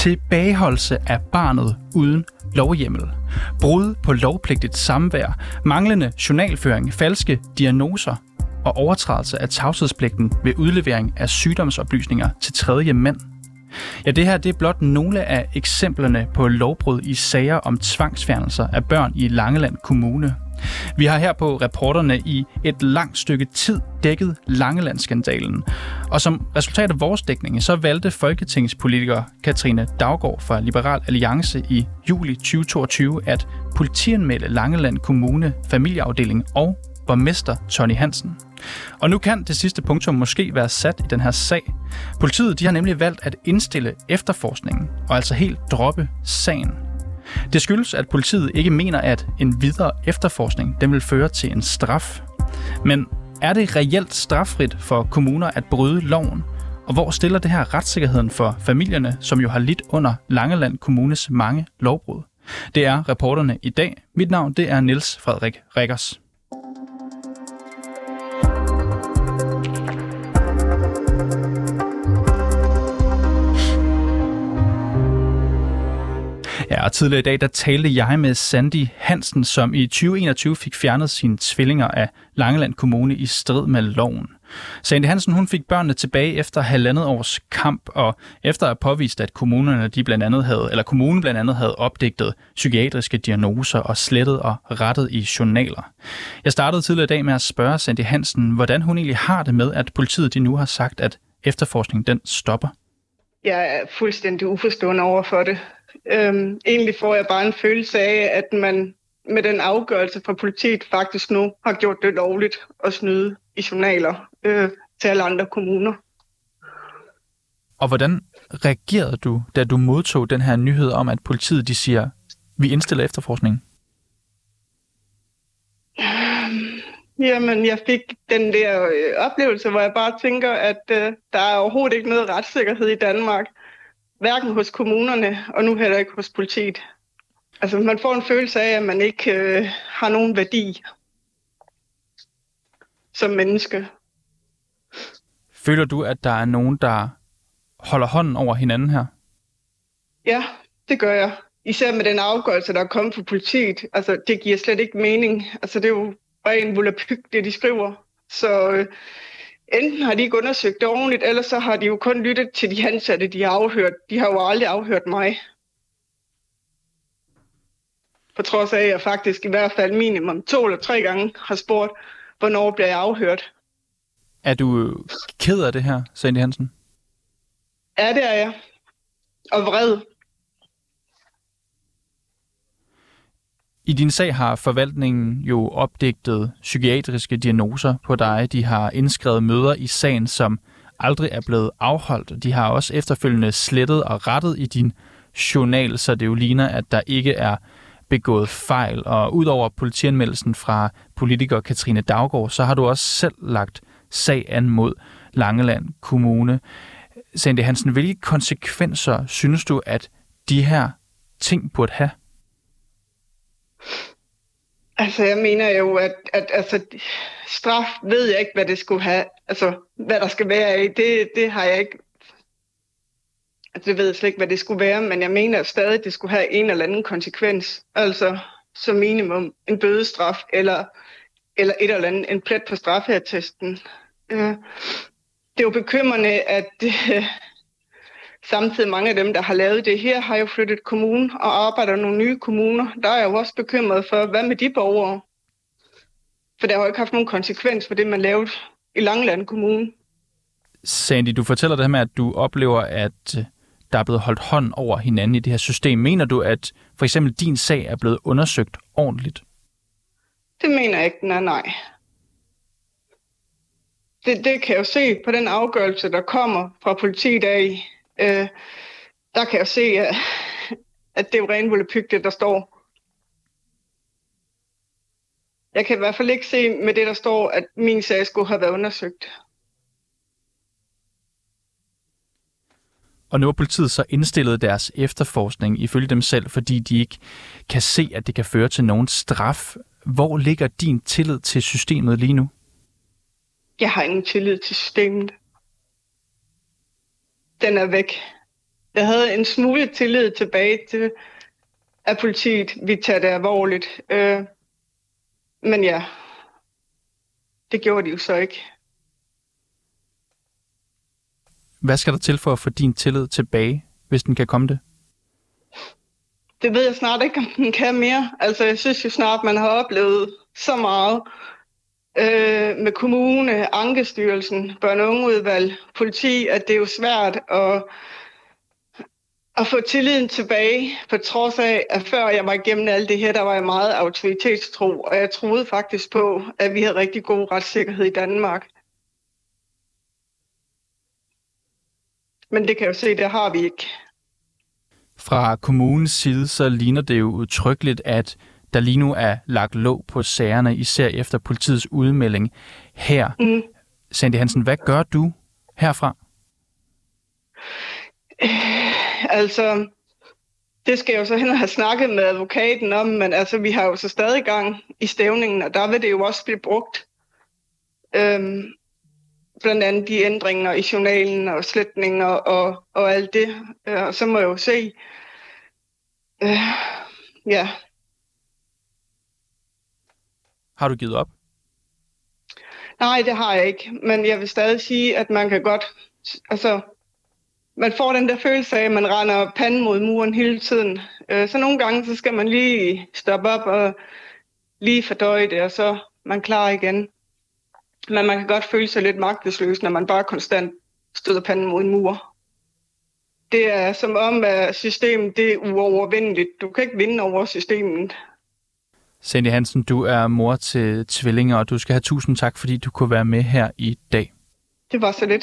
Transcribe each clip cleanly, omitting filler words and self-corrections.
Tilbageholdelse af barnet uden lovhjemmel. Brud på lovpligtigt samvær. Manglende journalføring. Falske diagnoser. Og overtrædelse af tavshedspligten ved udlevering af sygdomsoplysninger til tredje mænd. Ja, det her det er blot nogle af eksemplerne på lovbrud i sager om tvangsfjernelser af børn i Langeland Kommune. Vi har her på reporterne i et langt stykke tid dækket Langeland-skandalen. Og som resultat af vores dækning, så valgte folketingspolitiker Katrine Daugaard fra Liberal Alliance i juli 2022 at politianmelde Langeland Kommune, familieafdeling og borgmester Tonni Hansen. Og nu kan det sidste punktum måske være sat i den her sag. Politiet de har nemlig valgt at indstille efterforskningen og altså helt droppe sagen. Det skyldes, at politiet ikke mener, at en videre efterforskning den vil føre til en straf. Men er det reelt straffrit for kommuner at bryde loven? Og hvor stiller det her retssikkerheden for familierne, som jo har lidt under Langeland Kommunes mange lovbrud? Det er reporterne i dag. Mit navn det er Niels Frederik Rikkers. Ja, og tidligere i dag, der talte jeg med Sandy Hansen, som i 2021 fik fjernet sine tvillinger af Langeland Kommune i strid med loven. Sandy Hansen, hun fik børnene tilbage efter 1,5 års kamp, og efter at påvist, at kommunen blandt andet havde opdigtet psykiatriske diagnoser og slettet og rettet i journaler. Jeg startede tidligere i dag med at spørge Sandy Hansen, hvordan hun egentlig har det med, at politiet de nu har sagt, at efterforskningen den stopper. Jeg er fuldstændig uforstående over for det. Egentlig får jeg bare en følelse af, at man med den afgørelse fra politiet faktisk nu har gjort det lovligt at snyde i journaler til alle andre kommuner. Og hvordan reagerede du, da du modtog den her nyhed om, at politiet de siger, vi indstiller efterforskningen? Jamen, jeg fik den der oplevelse, hvor jeg bare tænker, at der er overhovedet ikke noget retssikkerhed i Danmark. Hverken hos kommunerne, og nu heller ikke hos politiet. Altså, man får en følelse af, at man ikke har nogen værdi som menneske. Føler du, at der er nogen, der holder hånden over hinanden her? Ja, det gør jeg. Især med den afgørelse, der er kommet fra politiet. Altså, det giver slet ikke mening. Altså, det er jo ren volapyk, det de skriver. Så enten har de ikke undersøgt det ordentligt, eller så har de jo kun lyttet til de ansatte, de har afhørt. De har jo aldrig afhørt mig. På trods af, at jeg faktisk i hvert fald minimum 2 eller 3 gange har spurgt, hvornår bliver jeg afhørt. Er du ked af det her, Sandy Hansen? Ja, det er jeg. Og vred. I din sag har forvaltningen jo opdigtet psykiatriske diagnoser på dig. De har indskrevet møder i sagen, som aldrig er blevet afholdt. De har også efterfølgende slettet og rettet i din journal, så det jo ligner, at der ikke er begået fejl. Og udover politianmeldelsen fra politiker Katrine Daugaard, så har du også selv lagt sag an mod Langeland Kommune. Sandy Hansen, hvilke konsekvenser synes du, at de her ting burde have? Altså, jeg mener jo, at altså, straf ved jeg ikke, hvad det skulle have. Altså, hvad der skal være i, det har jeg ikke. Altså, det ved jeg slet ikke, hvad det skulle være, men jeg mener stadig, at det skulle have en eller anden konsekvens. Altså, som minimum en bødestraf, eller et eller andet, en plet på straffeattesten. Det er jo bekymrende, at samtidig mange af dem, der har lavet det her, har jo flyttet kommune og arbejder i nogle nye kommuner. Der er jeg jo også bekymret for, hvad med de borgere? For der har jo ikke haft nogen konsekvens for det, man lavede i Langeland Kommune. Sandy, du fortæller det her med, at du oplever, at der er blevet holdt hånd over hinanden i det her system. Mener du, at for eksempel din sag er blevet undersøgt ordentligt? Det mener jeg ikke, nej. Det kan jeg jo se på den afgørelse, der kommer fra politiet af. Der kan jeg se, at det er jo ren volapyk, det der står. Jeg kan i hvert fald ikke se med det, der står, at min sag skulle have været undersøgt. Og nu har politiet så indstillet deres efterforskning ifølge dem selv, fordi de ikke kan se, at det kan føre til nogen straf. Hvor ligger din tillid til systemet lige nu? Jeg har ingen tillid til systemet. Den er væk. jeg havde en smule tillid tilbage til, at politiet ville tage det alvorligt. Men ja, det gjorde de jo så ikke. Hvad skal der til for at få din tillid tilbage, hvis den kan komme det? Det ved jeg snart ikke, om den kan mere. Altså, jeg synes jo snart, man har oplevet så meget med kommune, Ankestyrelsen, børne- og ungeudvalg, politi, at det er jo svært at få tilliden tilbage, på trods af, at før jeg var igennem alt det her, der var jeg meget autoritetstro, og jeg troede faktisk på, at vi havde rigtig god retssikkerhed i Danmark. Men det kan jeg jo se, det har vi ikke. Fra kommunens side, så ligner det jo udtrykkeligt, at der lige nu er lagt låg på sagerne, især efter politiets udmelding her. Sandy Hansen, hvad gør du herfra? Altså, det skal jeg jo så hen og have snakket med advokaten om, men altså, vi har jo så stadig gang i stævningen, og der vil det jo også blive brugt. Blandt andet de ændringer i journalen og sletninger og alt det. Og så må jeg jo se. Ja. Har du givet op? Nej, det har jeg ikke. Men jeg vil stadig sige, at man kan godt... Altså, man får den der følelse af, at man render panden mod muren hele tiden. Så nogle gange, så skal man lige stoppe op og lige fordøje det, og så man klar igen. Men man kan godt føle sig lidt magtesløs, når man bare konstant støder panden mod en mur. Det er som om, at systemet det er uovervindeligt. Du kan ikke vinde over systemet. Sandy Hansen, du er mor til tvillinger, og du skal have 1000 tak, fordi du kunne være med her i dag. Det var så lidt.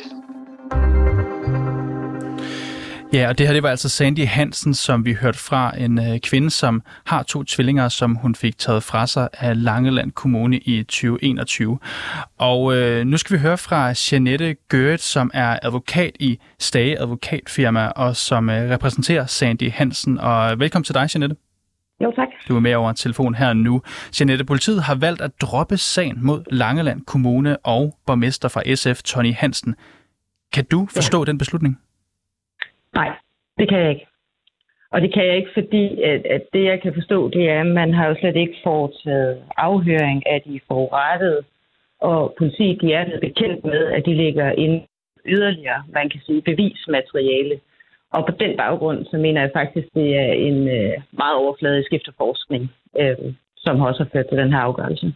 Ja, og det her det var altså Sandy Hansen, som vi hørte fra, en kvinde, som har 2 tvillinger, som hun fik taget fra sig af Langeland Kommune i 2021. Og nu skal vi høre fra Jeanette Gøret, som er advokat i Stage Advokatfirma, og som repræsenterer Sandy Hansen. Og velkommen til dig, Jeanette. Jo, tak. Du er med over telefon her nu. Jeanette, politiet har valgt at droppe sagen mod Langeland Kommune og borgmester fra SF, Tonni Hansen. Kan du forstå den beslutning? Nej, det kan jeg ikke. Og det kan jeg ikke, fordi at det, jeg kan forstå, det er, at man har jo slet ikke foretaget afhøring af de forurettede, og politiet de er bekendt med, at de ligger inde yderligere, man kan sige, bevismateriale. Og på den baggrund, så mener jeg faktisk, det er en meget overfladisk efterforskning, som også har ført til den her afgørelse.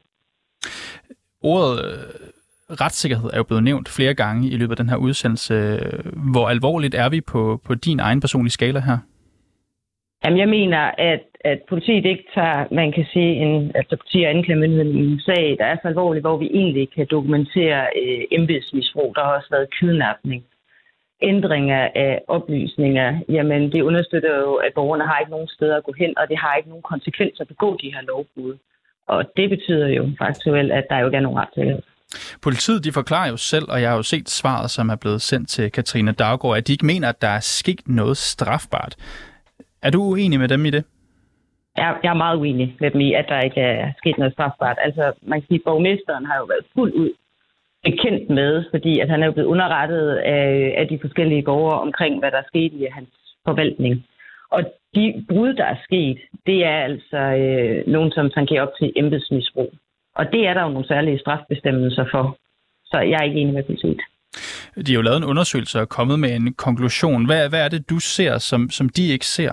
Ordet retssikkerhed er jo blevet nævnt flere gange i løbet af den her udsendelse. Hvor alvorligt er vi på din egen personlige skala her? Jamen, jeg mener, at politiet ikke tager, man kan sige, altså politi- og anklagemyndigheden i en sag, der er så alvorlig, hvor vi egentlig kan dokumentere embedsmisbrug. Der har også været kidnapning. Ændringer af oplysninger, jamen det understøtter jo, at borgerne har ikke nogen steder at gå hen, og det har ikke nogen konsekvenser at begå de her lovbrud. Og det betyder jo faktuelt, at der jo ikke er nogen retssikkerhed. Politiet de forklarer jo selv, og jeg har jo set svaret, som er blevet sendt til Katrine Daugaard, at de ikke mener, at der er sket noget strafbart. Er du uenig med dem i det? Jeg er meget uenig med dem i, at der ikke er sket noget strafbart. Altså, man kan sige, at borgmesteren har jo været fuldt ud bekendt med, fordi at han er jo blevet underrettet af de forskellige borgere omkring, hvad der er sket i hans forvaltning. Og de brud, der er sket, det er altså nogen, som tangerer op til embedsmisbrug. Og det er der jo nogle særlige strafbestemmelser for. Så jeg er ikke enig med politiet. De har jo lavet en undersøgelse og kommet med en konklusion. Hvad er det, du ser, som de ikke ser?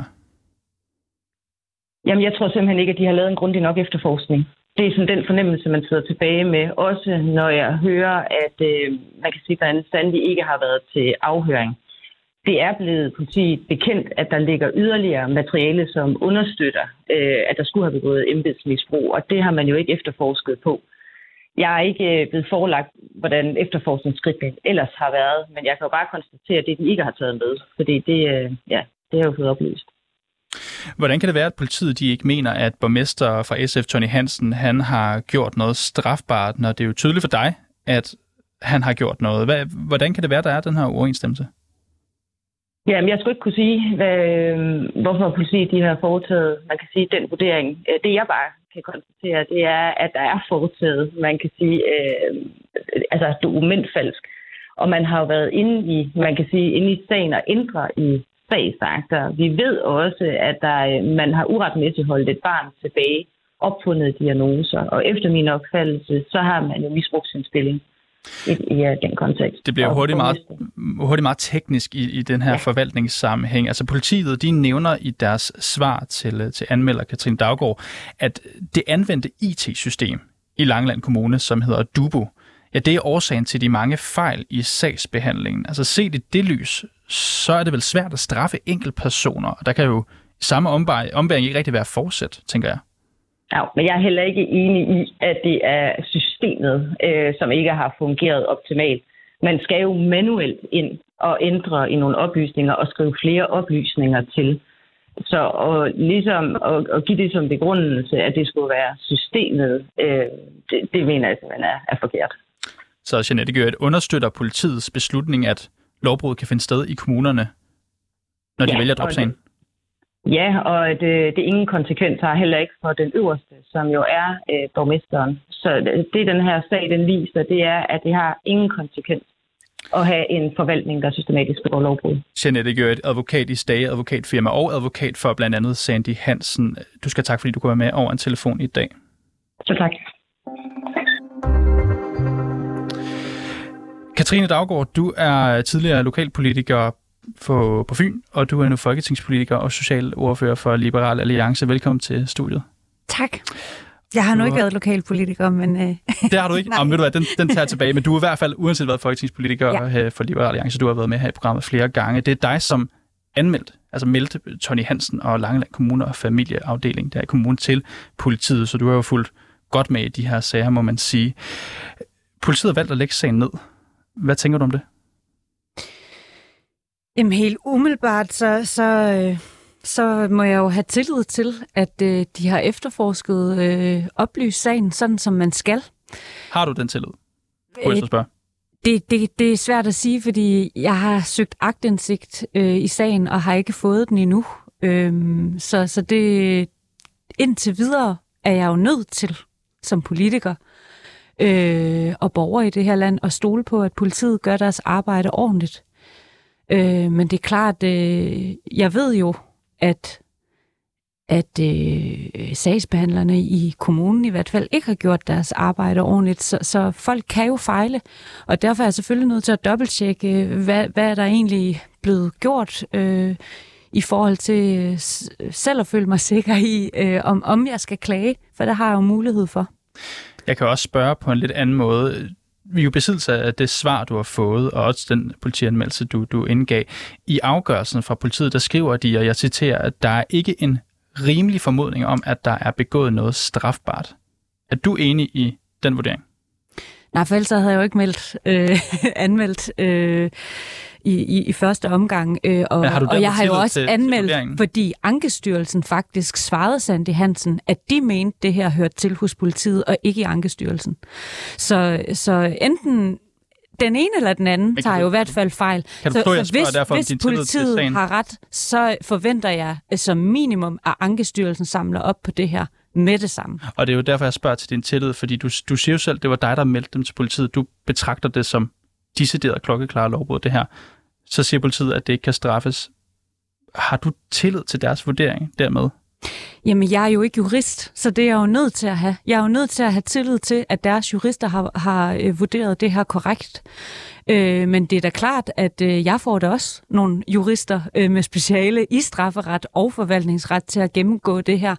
Jamen, jeg tror simpelthen ikke, at de har lavet en grundig nok efterforskning. Det er sådan den fornemmelse, man sidder tilbage med. Også når jeg hører, at man kan sige, at Sandy ikke har været til afhøring. Det er blevet politiet bekendt, at der ligger yderligere materiale, som understøtter, at der skulle have begået embedsmisbrug. Og det har man jo ikke efterforsket på. Jeg er ikke blevet forelagt, hvordan efterforskningsskridtet ellers har været. Men jeg kan jo bare konstatere, at det de ikke har taget med. Fordi det har jo fået oplyst. Hvordan kan det være, at politiet de ikke mener, at borgmester fra SF, Tonni Hansen, han har gjort noget strafbart, når det er jo tydeligt for dig, at han har gjort noget? Hvordan kan det være, der er den her uoverensstemmelse? Jamen, jeg skulle ikke kunne sige, hvorfor politiet de har foretaget, man kan sige, den vurdering. Det jeg bare kan konstatere, det er, at der er foretaget, man kan sige, dokumentfalsk. Og man har jo været inde i sagen og ændre i sagsakter. Vi ved også, at man har uretmæssigt holdt et barn tilbage, opfundet diagnoser, og efter min opfattelse, så har man jo misbrugt sin stilling i den kontekst. Det bliver hurtigt meget teknisk i den her forvaltningssammenhæng. Altså politiet, de nævner i deres svar til anmelder Katrine Daugaard, at det anvendte IT-system i Langeland Kommune, som hedder Dubo, ja, det er årsagen til de mange fejl i sagsbehandlingen. Altså set i det lys, så er det vel svært at straffe enkeltpersoner, og der kan jo i samme ombæring ikke rigtig være forsæt, tænker jeg. Ja, men jeg er heller ikke enig i, at det er systemet, som ikke har fungeret optimalt. Man skal jo manuelt ind og ændre i nogle oplysninger og skrive flere oplysninger til. Så ligesom at give det som begrundelse, at det skulle være systemet, det mener jeg simpelthen er forkert. Så Jeanette Gjøret, understøtter politiets beslutning, at lovbrud kan finde sted i kommunerne, når de vælger at droppe sagen? Ja, og det ingen konsekvenser har heller ikke for den øverste, som jo er borgmesteren. Så det den her sag, den viser, det er, at det har ingen konsekvens at have en forvaltning, der systematisk begår lovbrud. Jeanette Gjøret, advokat i Stage Advokatfirma og advokat for blandt andet Sandy Hansen. Du skal tak, fordi du kunne være med over en telefon i dag. Så tak. Katrine Daugaard, du er tidligere lokalpolitiker på Fyn, og du er nu folketingspolitiker og socialordfører for Liberal Alliance. Velkommen til studiet. Tak. Jeg har nu ikke været lokalpolitiker, men... Det har du ikke? Ved du hvad, den tager tilbage. Men du har i hvert fald uanset været folketingspolitiker for Liberal Alliance. Du har været med her i programmet flere gange. Det er dig, som meldte Tony Hansen og Langeland Kommune og familieafdeling der i kommunen til politiet, så du har jo fulgt godt med i de her sager, må man sige. Politiet har valgt at lægge sagen ned. Hvad tænker du om det? Jamen helt umiddelbart, så må jeg jo have tillid til, at de har efterforsket oplyst sagen, sådan som man skal. Har du den tillid? Det er svært at sige, fordi jeg har søgt aktindsigt i sagen, og har ikke fået den endnu. Så det indtil videre er jeg jo nødt til, som politiker og borger i det her land, at stole på, at politiet gør deres arbejde ordentligt. Men det er klart, jeg ved jo, at sagsbehandlerne i kommunen i hvert fald ikke har gjort deres arbejde ordentligt, så folk kan jo fejle, og derfor er jeg selvfølgelig nødt til at dobbelttjekke, hvad er der egentlig blevet gjort i forhold til selv at føle mig sikker i, om jeg skal klage, for der har jeg jo mulighed for. Jeg kan også spørge på en lidt anden måde. Vi er jo besiddelse af det svar, du har fået, og også den politianmeldelse, du indgav. I afgørelsen fra politiet, der skriver de, og jeg citerer, at der er ikke en rimelig formodning om, at der er begået noget strafbart. Er du enig i den vurdering? Nej, for ellers havde jeg jo ikke anmeldt i første omgang. Og jeg har jo også anmeldt, fordi Ankestyrelsen faktisk svarede Sandy Hansen, at de mente, det her hørte til hos politiet, og ikke i Ankestyrelsen. Så enten den ene eller den anden tager jo i hvert fald fejl. Hvis politiet har ret, så forventer jeg som minimum, at Ankestyrelsen samler op på det her med det samme. Og det er jo derfor, jeg spørger til din tillid, fordi du siger jo selv, det var dig, der meldte dem til politiet. Du betragter det som decideret klokkeklare lovbrud, det her. Så siger politiet, at det ikke kan straffes. Har du tillid til deres vurdering dermed? Jamen, jeg er jo ikke jurist, så det er jeg jo nødt til at have. Jeg er jo nødt til at have tillid til, at deres jurister har vurderet det her korrekt. Men det er da klart, at jeg får da også nogle jurister med speciale i strafferet og forvaltningsret til at gennemgå det her.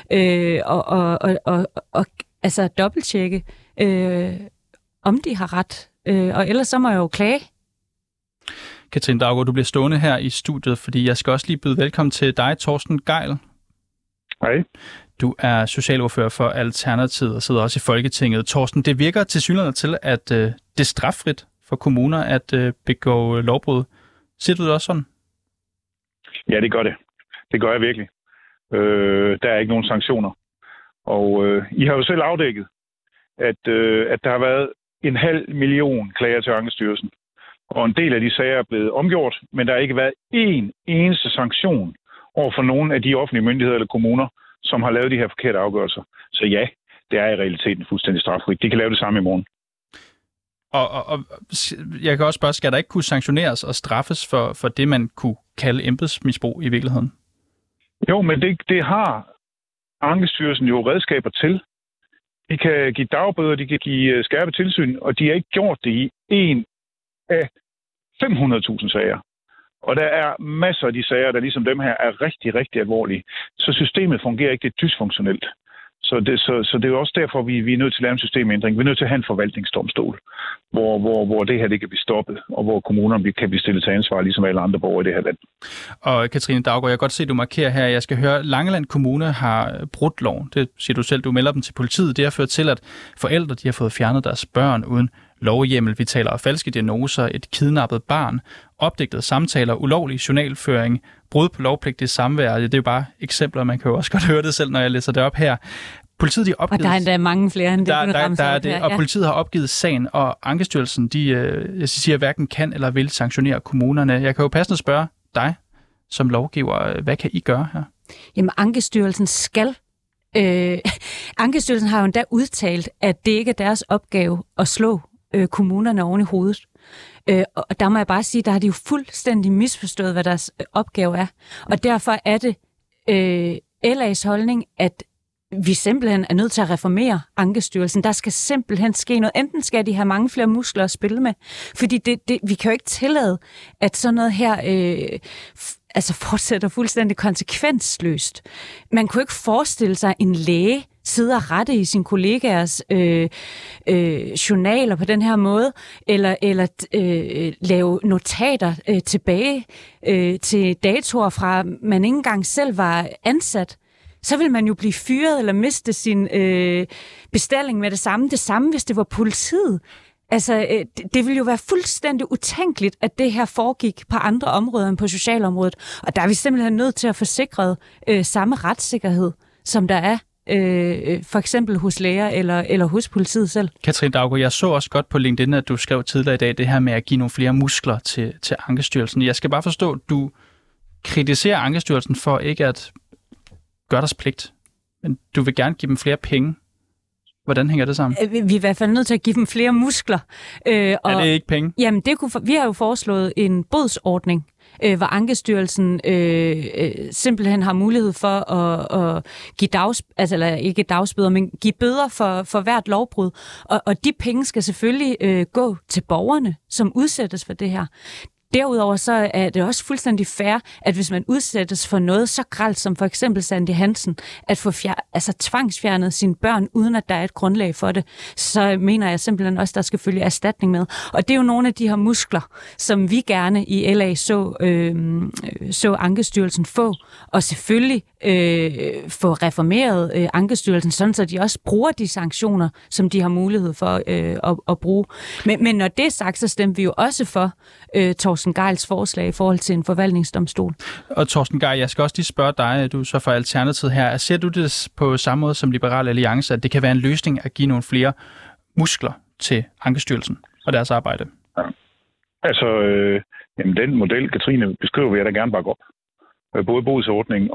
Og altså dobbelttjekke, om de har ret. Og ellers så må jeg jo klage. Katrine Daugaard, du bliver stående her i studiet, fordi jeg skal også lige byde velkommen til dig, Torsten Gejl. Hej. Du er socialordfører for Alternativet og sidder også i Folketinget. Torsten, det virker tilsyneladende til, at det er straffrit for kommuner at begå lovbrud. Siger du det også sådan? Ja, det gør det. Det gør jeg virkelig. Der er ikke nogen sanktioner. Og I har jo selv afdækket, at der har været 500.000 klager til Ankestyrelsen. Og en del af de sager er blevet omgjort, men der har ikke været én eneste sanktion over for nogle af de offentlige myndigheder eller kommuner, som har lavet de her forkerte afgørelser. Så ja, det er i realiteten fuldstændig straffrit. De kan lave det samme i morgen. Og jeg kan også spørge, skal der ikke kunne sanktioneres og straffes for det, man kunne kalde embedsmisbrug i virkeligheden. Jo, men det har Ankestyrelsen jo redskaber til. De kan give dagbøder, de kan give skærpet tilsyn, og de har ikke gjort det i en af 500.000 sager. Og der er masser af de sager, der ligesom dem her er rigtig, rigtig alvorlige. Så systemet fungerer ikke, det er dysfunktionelt. Så det er jo også derfor, vi er nødt til at lave en systemændring. Vi er nødt til at have en forvaltningsdomstol, hvor det her det kan blive stoppet, og hvor kommunerne kan blive stillet til ansvar, ligesom alle andre borgere i det her land. Og Katrine Daugaard, jeg kan godt se, at du markerer her. Jeg skal høre, Langeland Kommune har brudt loven. Det siger du selv, du melder dem til politiet. Det har ført til, at forældre de har fået fjernet deres børn uden lovhjemmel. Vi taler om falske diagnoser, et kidnappet barn, opdigtede samtaler, ulovlig journalføring, brud på lovpligtigt samvær. Det er jo bare eksempler, man kan jo også godt høre det selv, når jeg læser det op her. Politiet de opgivet, og der er endda mange flere end det. Der er det, og politiet har opgivet sagen, og Ankestyrelsen, jeg siger, hverken kan eller vil sanktionere kommunerne. Jeg kan jo passende spørge dig som lovgiver, hvad kan I gøre her? Jamen, Ankestyrelsen skal. Ankestyrelsen har jo endda udtalt, at det ikke er deres opgave at slå kommunerne oven i hovedet. Og der må jeg bare sige, der har de jo fuldstændig misforstået, hvad deres opgave er. Og derfor er det LA's holdning, at vi simpelthen er nødt til at reformere Ankestyrelsen. Der skal simpelthen ske noget. Enten skal de have mange flere muskler at spille med, fordi vi kan jo ikke tillade, at sådan noget her fortsætter fuldstændig konsekvensløst. Man kunne ikke forestille sig en læge sidde og rette i sin kollegaers journaler på den her måde, eller lave notater tilbage til datoer fra, man ikke engang selv var ansat. Så vil man jo blive fyret eller miste sin bestilling med det samme. Det samme, hvis det var politiet. Altså, det ville jo være fuldstændig utænkeligt, at det her foregik på andre områder end på socialområdet. Og der er vi simpelthen nødt til at få sikret samme retssikkerhed, som der er for eksempel hos læger eller hos politiet selv. Katrine Daugaard, jeg så også godt på LinkedIn, at du skrev tidligere i dag det her med at give nogle flere muskler til Ankestyrelsen. Jeg skal bare forstå, at du kritiserer Ankestyrelsen for ikke at gøre deres pligt, men du vil gerne give dem flere penge. Hvordan hænger det sammen? Vi er i hvert fald nødt til at give dem flere muskler. Er det ikke penge? Jamen, vi har jo foreslået en bodsordning, hvor Ankestyrelsen simpelthen har mulighed for at give ikke dagsbøder, men give bøder for hvert lovbrud. Og de penge skal selvfølgelig gå til borgerne, som udsættes for det her. Derudover så er det også fuldstændig fair, at hvis man udsættes for noget så grelt som for eksempel Sandy Hansen, at få tvangsfjernet sine børn, uden at der er et grundlag for det, så mener jeg simpelthen også, at der skal følge erstatning med. Og det er jo nogle af de her muskler, som vi gerne i LA så Ankestyrelsen få, og selvfølgelig få reformeret Ankestyrelsen, sådan så de også bruger de sanktioner, som de har mulighed for at bruge. Men når det er sagt, så stemmer vi jo også for Torsten Gejls forslag i forhold til en forvaltningsdomstol. Og Torsten Gejl, jeg skal også lige spørge dig, du er så for Alternativet her. Ser du det på samme måde som Liberal Alliance, at det kan være en løsning at give nogle flere muskler til Ankestyrelsen og deres arbejde? Ja. Altså, den model, Katrine beskriver, vil jeg da gerne bakke op. Både bodsordning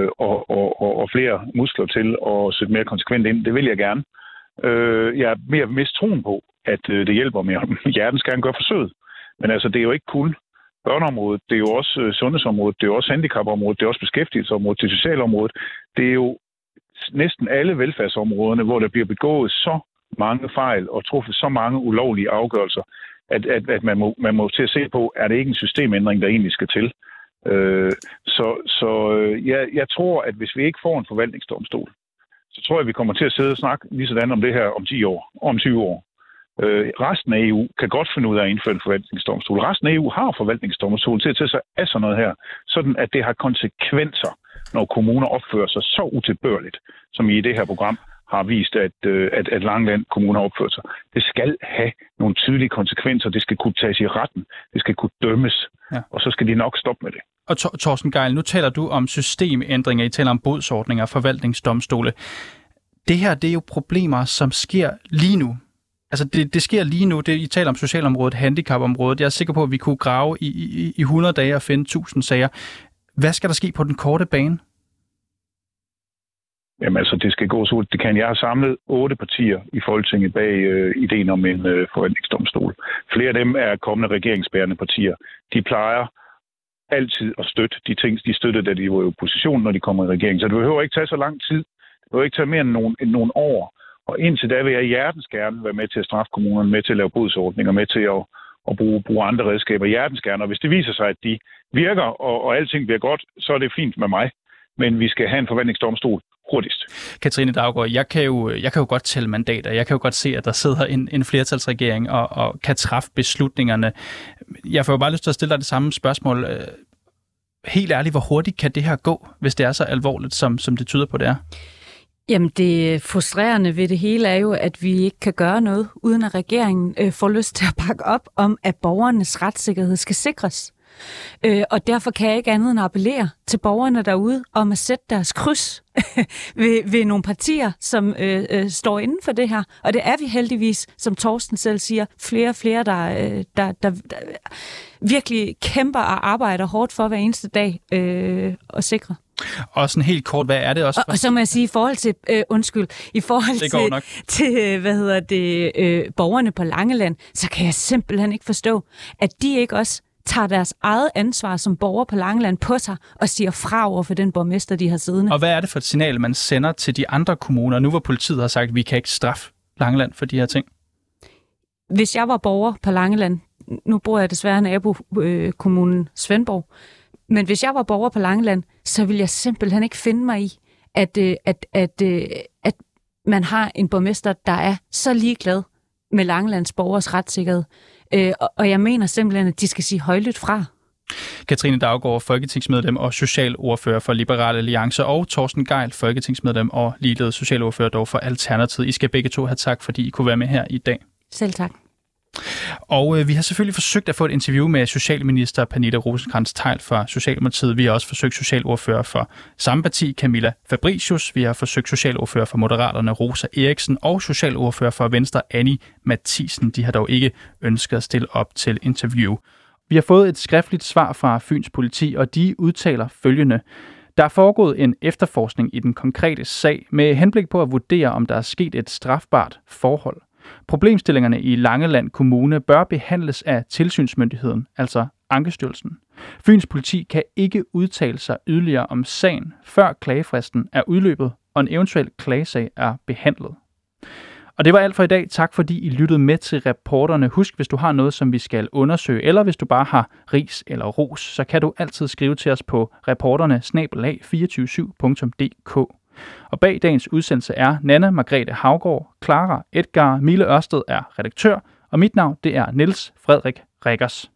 og flere muskler til at sætte mere konsekvent ind, det vil jeg gerne. Jeg er mere mistroen på, at det hjælper mere. Hjertens gerne gør forsøget. Men altså, det er jo ikke kun børneområdet, det er jo også sundhedsområdet, det er jo også handicapområdet, det er også beskæftigelsesområdet, det er socialområdet. Det er jo næsten alle velfærdsområderne, hvor der bliver begået så mange fejl og truffet så mange ulovlige afgørelser, at man må til at se på, er det ikke en systemændring, der egentlig skal til. Jeg tror, at hvis vi ikke får en forvaltningsdomstol, så tror jeg, at vi kommer til at sidde og snakke lige sådan om det her om 10 år, om 20 år. Resten af EU kan godt finde ud af at indføre en forvaltningsdomstol. Resten af EU har forvaltningsdomstol til at tage sig af sådan noget her, sådan at det har konsekvenser, når kommuner opfører sig så utilbørligt, som i det her program har vist, at Langeland Kommune har opført sig. Det skal have nogle tydelige konsekvenser. Det skal kunne tages i retten. Det skal kunne dømmes. Ja. Og så skal de nok stoppe med det. Og Torsten Gejl, nu taler du om systemændringer. I taler om bodsordninger og forvaltningsdomstole. Det her, det er jo problemer, som sker lige nu. Altså, det sker lige nu. I taler om socialområdet, handicapområdet. Jeg er sikker på, at vi kunne grave i 100 dage og finde 1000 sager. Hvad skal der ske på den korte bane? Jamen altså, det skal gå så hurtigt. Det kan. Jeg har samlet 8 partier i Folketinget bag ideen om en forvaltningsdomstol. Flere af dem er kommende regeringsbærende partier. De plejer altid at støtte de ting, de støttede, da de var i opposition, når de kommer i regering. Så det behøver ikke tage så lang tid. Det behøver ikke tage mere end nogle år. Og indtil da vil jeg hjertens gerne være med til at straffe kommunerne, med til at lave bodsordninger, med til at bruge andre redskaber hjertens gerne. Og hvis det viser sig, at de virker, og alting bliver godt, så er det fint med mig. Men vi skal have en forvaltningsdomstol hurtigst. Katrine Daugaard, jeg kan jo godt tælle mandater. Jeg kan jo godt se, at der sidder en flertalsregering og kan træffe beslutningerne. Jeg får jo bare lyst til at stille dig det samme spørgsmål. Helt ærligt, hvor hurtigt kan det her gå, hvis det er så alvorligt, som det tyder på, det er? Jamen, det frustrerende ved det hele er jo, at vi ikke kan gøre noget, uden at regeringen får lyst til at bakke op om, at borgernes retssikkerhed skal sikres. Og derfor kan jeg ikke andet end appellere til borgerne derude om at sætte deres kryds ved nogle partier, som står inden for det her. Og det er vi heldigvis, som Torsten selv siger, flere, der virkelig kæmper og arbejder hårdt for hver eneste dag at sikre. Og sådan helt kort, hvad er det også? Og så må jeg sige, i forhold til borgerne på Langeland, så kan jeg simpelthen ikke forstå, at de ikke også tager deres eget ansvar som borger på Langeland på sig og siger fra over for den borgmester, de har siddende. Og hvad er det for et signal, man sender til de andre kommuner, nu hvor politiet har sagt, at vi kan ikke straffe Langeland for de her ting? Hvis jeg var borger på Langeland, nu bor jeg desværre i nabokommunen Svendborg, men hvis jeg var borger på Langeland, så ville jeg simpelthen ikke finde mig i, at man har en borgmester, der er så ligeglad med Langelands borgers retssikkerhed. Og jeg mener simpelthen, at de skal sige højlydt fra. Katrine Daugaard, folketingsmedlem og socialordfører for Liberal Alliance, og Torsten Gejl, folketingsmedlem og ligeledes socialordfører dog for Alternativet. I skal begge to have tak, fordi I kunne være med her i dag. Selv tak. Og vi har selvfølgelig forsøgt at få et interview med socialminister Pernille Rosenkrantz-Theil fra Socialdemokratiet. Vi har også forsøgt socialordfører for samme parti, Camilla Fabricius. Vi har forsøgt socialordfører for Moderaterne, Rosa Eriksen, og socialordfører for Venstre, Annie Mathisen. De har dog ikke ønsket at stille op til interview. Vi har fået et skriftligt svar fra Fyns politi, og de udtaler følgende: Der er foregået en efterforskning i den konkrete sag med henblik på at vurdere, om der er sket et strafbart forhold. Problemstillingerne i Langeland Kommune bør behandles af tilsynsmyndigheden, altså Ankestyrelsen. Fyns politi kan ikke udtale sig yderligere om sagen, før klagefristen er udløbet, og en eventuel klagesag er behandlet. Og det var alt for i dag. Tak fordi I lyttede med til Reporterne. Husk, hvis du har noget, som vi skal undersøge, eller hvis du bare har ris eller ros, så kan du altid skrive til os på reporterne@247.dk. Og bag dagens udsendelse er Nanna Margrethe Haugaard, Clara Edgar, Mille Ørsted er redaktør, og mit navn det er Niels Frederik Rikkers.